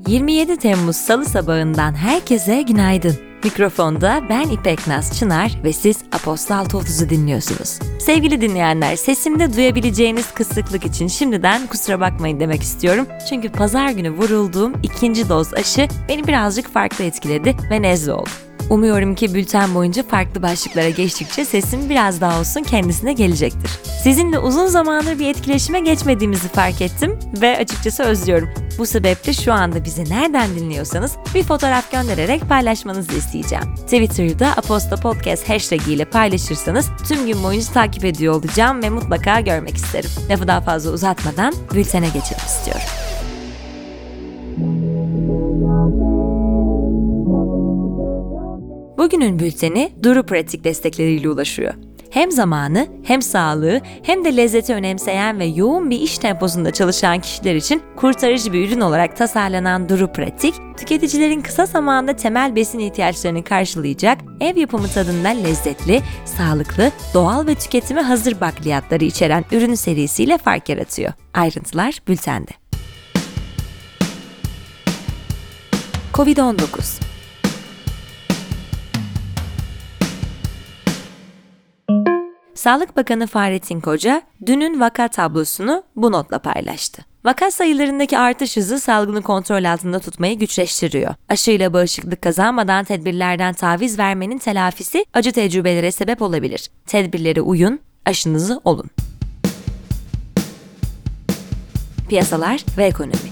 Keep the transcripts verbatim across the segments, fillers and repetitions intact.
yirmi yedi Temmuz Salı sabahından herkese günaydın. Mikrofonda ben İpek Naz Çınar ve siz Apostol altı otuz'u dinliyorsunuz. Sevgili dinleyenler, sesimde duyabileceğiniz kısıklık için şimdiden kusura bakmayın demek istiyorum. Çünkü pazar günü vurulduğum ikinci doz aşı beni birazcık farklı etkiledi ve nezle oldum. Umuyorum ki bülten boyunca farklı başlıklara geçtikçe sesim biraz daha olsun kendisine gelecektir. Sizinle uzun zamandır bir etkileşime geçmediğimizi fark ettim ve açıkçası özlüyorum. Bu sebeple şu anda bizi nereden dinliyorsanız bir fotoğraf göndererek paylaşmanızı isteyeceğim. Twitter'da Apostol Podcast hashtag ile paylaşırsanız tüm gün boyunca takip ediyor olacağım ve mutlaka görmek isterim. Lafı daha fazla uzatmadan bültene geçelim istiyorum. Bugünün bülteni Duru Pratik destekleriyle ulaşıyor. Hem zamanı, hem sağlığı, hem de lezzeti önemseyen ve yoğun bir iş temposunda çalışan kişiler için kurtarıcı bir ürün olarak tasarlanan Duru Pratik, tüketicilerin kısa zamanda temel besin ihtiyaçlarını karşılayacak, ev yapımı tadından lezzetli, sağlıklı, doğal ve tüketime hazır bakliyatları içeren ürün serisiyle fark yaratıyor. Ayrıntılar bültende. kovid on dokuz Sağlık Bakanı Fahrettin Koca, dünün vaka tablosunu bu notla paylaştı. Vaka sayılarındaki artış hızı salgını kontrol altında tutmayı güçleştiriyor. Aşıyla bağışıklık kazanmadan tedbirlerden taviz vermenin telafisi acı tecrübelere sebep olabilir. Tedbirlere uyun, aşınızı olun. Piyasalar ve ekonomi.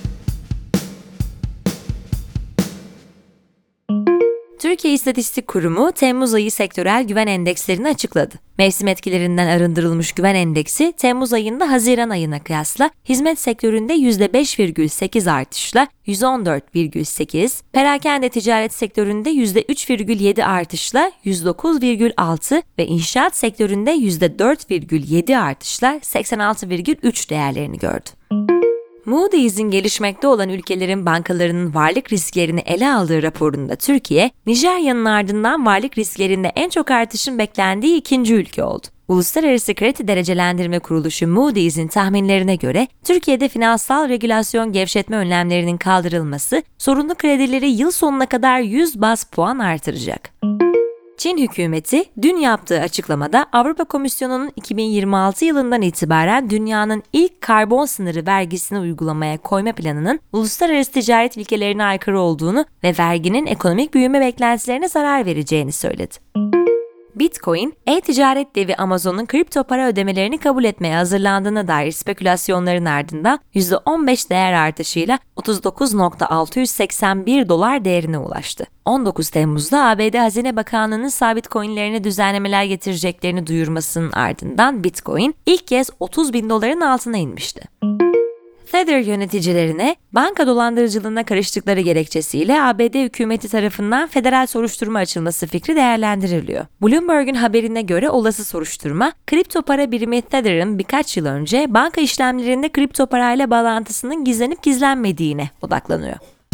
Türkiye İstatistik Kurumu Temmuz ayı sektörel güven endekslerini açıkladı. Mevsim etkilerinden arındırılmış güven endeksi Temmuz ayında Haziran ayına kıyasla hizmet sektöründe yüzde beş virgül sekiz artışla yüz on dört virgül sekiz, perakende ticaret sektöründe yüzde üç virgül yedi artışla yüz dokuz virgül altı ve inşaat sektöründe yüzde dört virgül yedi artışla seksen altı virgül üç değerlerini gördü. Moody's'in gelişmekte olan ülkelerin bankalarının varlık risklerini ele aldığı raporunda Türkiye, Nijerya'nın ardından varlık risklerinde en çok artışın beklendiği ikinci ülke oldu. Uluslararası Kredi Derecelendirme Kuruluşu Moody's'in tahminlerine göre, Türkiye'de finansal regülasyon gevşetme önlemlerinin kaldırılması, sorunlu kredileri yıl sonuna kadar yüz baz puan artıracak. Çin hükümeti dün yaptığı açıklamada Avrupa Komisyonu'nun iki bin yirmi altı yılından itibaren dünyanın ilk karbon sınırı vergisini uygulamaya koyma planının uluslararası ticaret ilkelerine aykırı olduğunu ve verginin ekonomik büyüme beklentilerine zarar vereceğini söyledi. Bitcoin, e-ticaret devi Amazon'un kripto para ödemelerini kabul etmeye hazırlandığına dair spekülasyonların ardından yüzde on beş değer artışıyla otuz dokuz bin altı yüz seksen bir dolar değerine ulaştı. on dokuz Temmuz'da A B D Hazine Bakanlığı'nın sabit coinlerine düzenlemeler getireceklerini duyurmasının ardından Bitcoin ilk kez otuz bin doların altına inmişti. Tether yöneticilerine banka dolandırıcılığına karıştıkları gerekçesiyle A B D hükümeti tarafından federal soruşturma açılması fikri değerlendiriliyor. Bloomberg'un haberine göre olası soruşturma, kripto para birimi Tether'ın birkaç yıl önce banka işlemlerinde kripto parayla bağlantısının gizlenip gizlenmediğine odaklanıyor.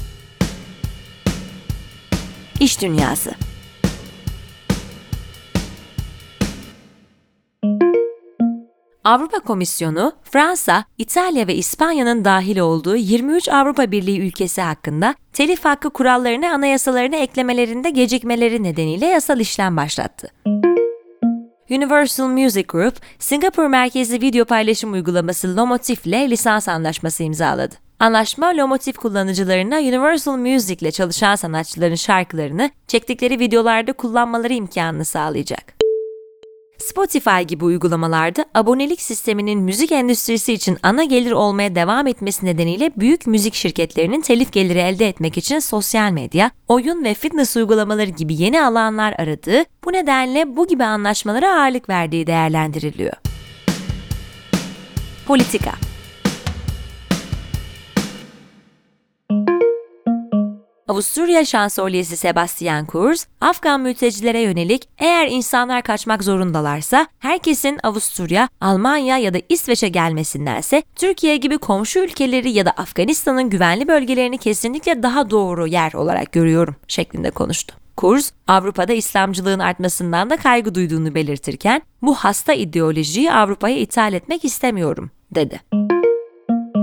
İş dünyası. Avrupa Komisyonu, Fransa, İtalya ve İspanya'nın dahil olduğu yirmi üç Avrupa Birliği ülkesi hakkında telif hakkı kurallarını anayasalarına eklemelerinde gecikmeleri nedeniyle yasal işlem başlattı. Universal Music Group, Singapur merkezli video paylaşım uygulaması Lomotif ile lisans anlaşması imzaladı. Anlaşma, Lomotif kullanıcılarına Universal Music ile çalışan sanatçıların şarkılarını çektikleri videolarda kullanmaları imkanını sağlayacak. Spotify gibi uygulamalarda abonelik sisteminin müzik endüstrisi için ana gelir olmaya devam etmesi nedeniyle büyük müzik şirketlerinin telif geliri elde etmek için sosyal medya, oyun ve fitness uygulamaları gibi yeni alanlar aradığı, bu nedenle bu gibi anlaşmalara ağırlık verdiği değerlendiriliyor. Politika. Avusturya Şansölyesi Sebastian Kurz, Afgan mültecilere yönelik eğer insanlar kaçmak zorundalarsa herkesin Avusturya, Almanya ya da İsveç'e gelmesindense Türkiye gibi komşu ülkeleri ya da Afganistan'ın güvenli bölgelerini kesinlikle daha doğru yer olarak görüyorum şeklinde konuştu. Kurz, Avrupa'da İslamcılığın artmasından da kaygı duyduğunu belirtirken, bu hasta ideolojiyi Avrupa'ya ithal etmek istemiyorum, dedi.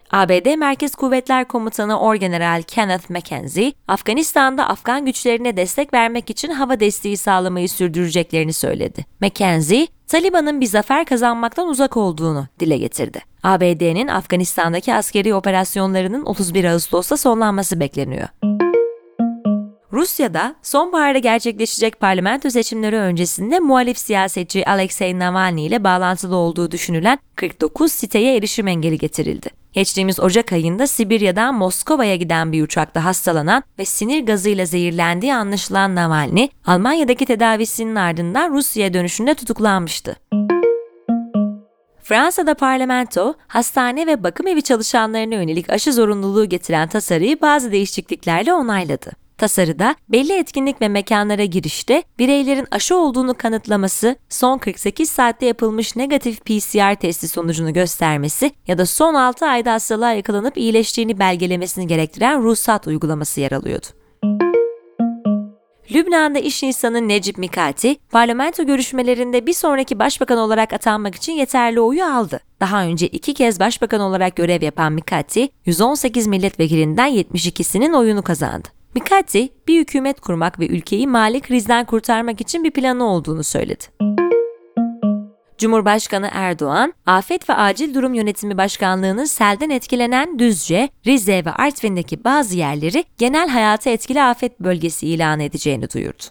A B D Merkez Kuvvetler Komutanı Orgeneral Kenneth McKenzie, Afganistan'da Afgan güçlerine destek vermek için hava desteği sağlamayı sürdüreceklerini söyledi. McKenzie, Taliban'ın bir zafer kazanmaktan uzak olduğunu dile getirdi. A B D'nin Afganistan'daki askeri operasyonlarının otuz bir Ağustos'ta sonlanması bekleniyor. Rusya'da sonbaharda gerçekleşecek parlamento seçimleri öncesinde muhalif siyasetçi Alexei Navalny ile bağlantılı olduğu düşünülen kırk dokuz siteye erişim engeli getirildi. Geçtiğimiz Ocak ayında Sibirya'dan Moskova'ya giden bir uçakta hastalanan ve sinir gazıyla zehirlendiği anlaşılan Navalny, Almanya'daki tedavisinin ardından Rusya'ya dönüşünde tutuklanmıştı. Fransa'da parlamento, hastane ve bakım evi çalışanlarına yönelik aşı zorunluluğu getiren tasarıyı bazı değişikliklerle onayladı. Tasarıda belli etkinlik ve mekanlara girişte bireylerin aşı olduğunu kanıtlaması, son kırk sekiz saatte yapılmış negatif P C R testi sonucunu göstermesi ya da son altı ayda hastalığa yakalanıp iyileştiğini belgelemesini gerektiren ruhsat uygulaması yer alıyordu. Lübnan'da iş insanı Necip Mikati, parlamento görüşmelerinde bir sonraki başbakan olarak atanmak için yeterli oyu aldı. Daha önce iki kez başbakan olarak görev yapan Mikati, yüz on sekiz milletvekilinden yetmiş ikisinin oyunu kazandı. Mikati, bir hükümet kurmak ve ülkeyi mali krizden kurtarmak için bir planı olduğunu söyledi. Cumhurbaşkanı Erdoğan, Afet ve Acil Durum Yönetimi Başkanlığı'nın selden etkilenen Düzce, Rize ve Artvin'deki bazı yerleri genel hayata etkili afet bölgesi ilan edeceğini duyurdu.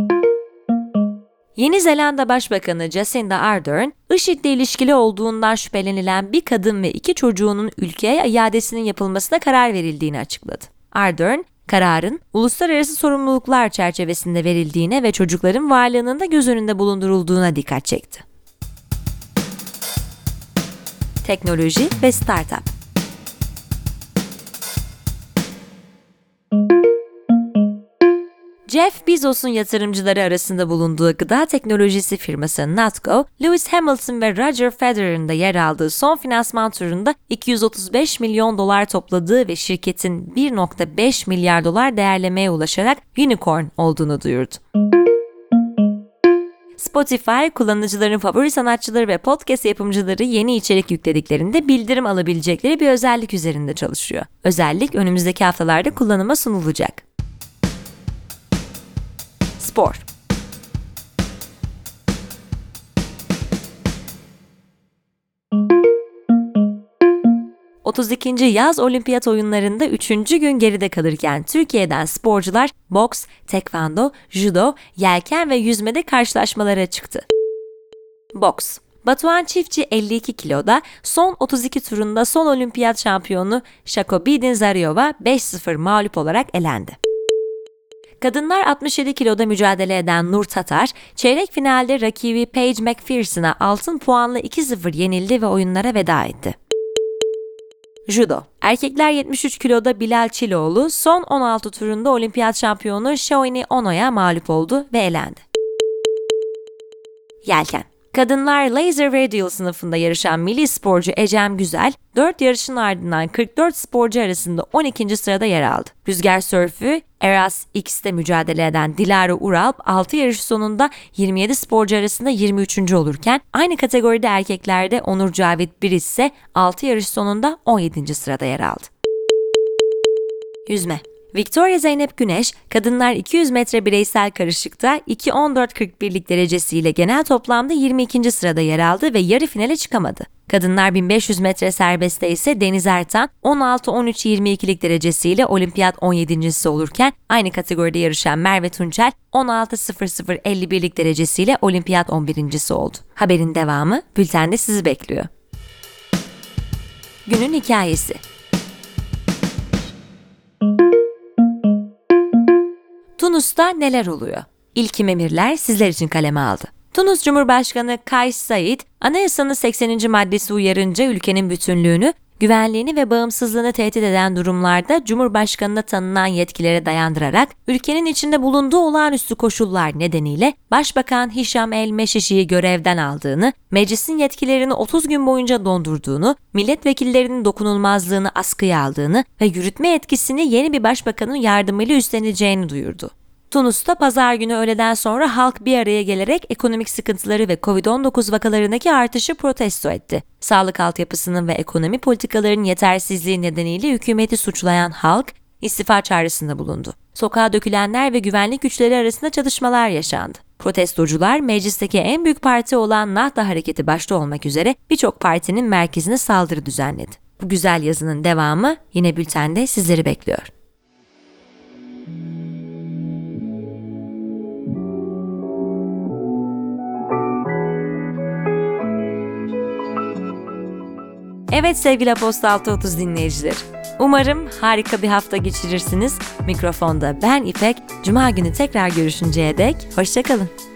Yeni Zelanda Başbakanı Jacinda Ardern, IŞİD'le ilişkili olduğundan şüphelenilen bir kadın ve iki çocuğunun ülkeye iadesinin yapılmasına karar verildiğini açıkladı. Ardern, kararın uluslararası sorumluluklar çerçevesinde verildiğine ve çocukların varlığının da göz önünde bulundurulduğuna dikkat çekti. Teknoloji ve Startup. Jeff Bezos'un yatırımcıları arasında bulunduğu gıda teknolojisi firması Natco, Lewis Hamilton ve Roger Federer'ın da yer aldığı son finansman turunda iki yüz otuz beş milyon dolar topladığı ve şirketin bir virgül beş milyar dolar değerlemeye ulaşarak unicorn olduğunu duyurdu. Spotify, kullanıcıların favori sanatçıları ve podcast yapımcıları yeni içerik yüklediklerinde bildirim alabilecekleri bir özellik üzerinde çalışıyor. Özellik önümüzdeki haftalarda kullanıma sunulacak. Spor. otuz ikinci Yaz Olimpiyat Oyunları'nda üçüncü gün geride kalırken Türkiye'den sporcular boks, tekvando, judo, yelken ve yüzmede karşılaşmalara çıktı. Boks. Batuhan Çiftçi elli iki kiloda son otuz iki turunda son olimpiyat şampiyonu Shakobidin Zaryova beş sıfır mağlup olarak elendi. Kadınlar altmış yedi kiloda mücadele eden Nur Tatar, çeyrek finalde rakibi Paige McPherson'a altın puanla iki sıfır yenildi ve oyunlara veda etti. Judo. Erkekler yetmiş üç kiloda Bilal Çiloğlu son on altı turunda olimpiyat şampiyonu Shoini Ono'ya mağlup oldu ve elendi. Yelken. Kadınlar Laser Radial sınıfında yarışan milli sporcu Ecem Güzel, dört yarışın ardından kırk dört sporcu arasında on ikinci sırada yer aldı. Rüzgar sörfü, Eras X'te mücadele eden Dilara Uralp, altı yarış sonunda yirmi yedi sporcu arasında yirmi üçüncü olurken, aynı kategoride erkeklerde Onur Cavit Biriz ise altı yarış sonunda on yedinci sırada yer aldı. Yüzme. Victoria Zeynep Güneş, kadınlar iki yüz metre bireysel karışıkta iki on dört kırk birlik derecesiyle genel toplamda yirmi ikinci sırada yer aldı ve yarı finale çıkamadı. Kadınlar bin beş yüz metre serbestte ise Deniz Ertan on altı on üç yirmi ikilik derecesiyle olimpiyat on yedincisi olurken aynı kategoride yarışan Merve Tunçel on altı sıfır sıfır elli birlik derecesiyle olimpiyat on birincisi oldu. Haberin devamı bültende sizi bekliyor. Günün hikayesi. Tunus'ta neler oluyor? İlkim emirler sizler için kaleme aldı. Tunus Cumhurbaşkanı Kais Saied, anayasanın sekseninci maddesi uyarınca ülkenin bütünlüğünü, güvenliğini ve bağımsızlığını tehdit eden durumlarda Cumhurbaşkanı'na tanınan yetkilere dayandırarak ülkenin içinde bulunduğu olağanüstü koşullar nedeniyle Başbakan Hişam El Meşişi'yi görevden aldığını, meclisin yetkilerini otuz gün boyunca dondurduğunu, milletvekillerinin dokunulmazlığını askıya aldığını ve yürütme yetkisini yeni bir başbakanın yardımıyla üstleneceğini duyurdu. Tunus'ta pazar günü öğleden sonra halk bir araya gelerek ekonomik sıkıntıları ve kovid on dokuz vakalarındaki artışı protesto etti. Sağlık altyapısının ve ekonomi politikalarının yetersizliği nedeniyle hükümeti suçlayan halk, istifa çağrısında bulundu. Sokağa dökülenler ve güvenlik güçleri arasında çatışmalar yaşandı. Protestocular meclisteki en büyük parti olan Nahda Hareketi başta olmak üzere birçok partinin merkezine saldırı düzenledi. Bu güzel yazının devamı yine bültende sizleri bekliyor. Evet sevgili Aposta altı otuz dinleyicileri. Umarım harika bir hafta geçirirsiniz. Mikrofonda ben İpek. Cuma günü tekrar görüşünceye dek hoşça kalın.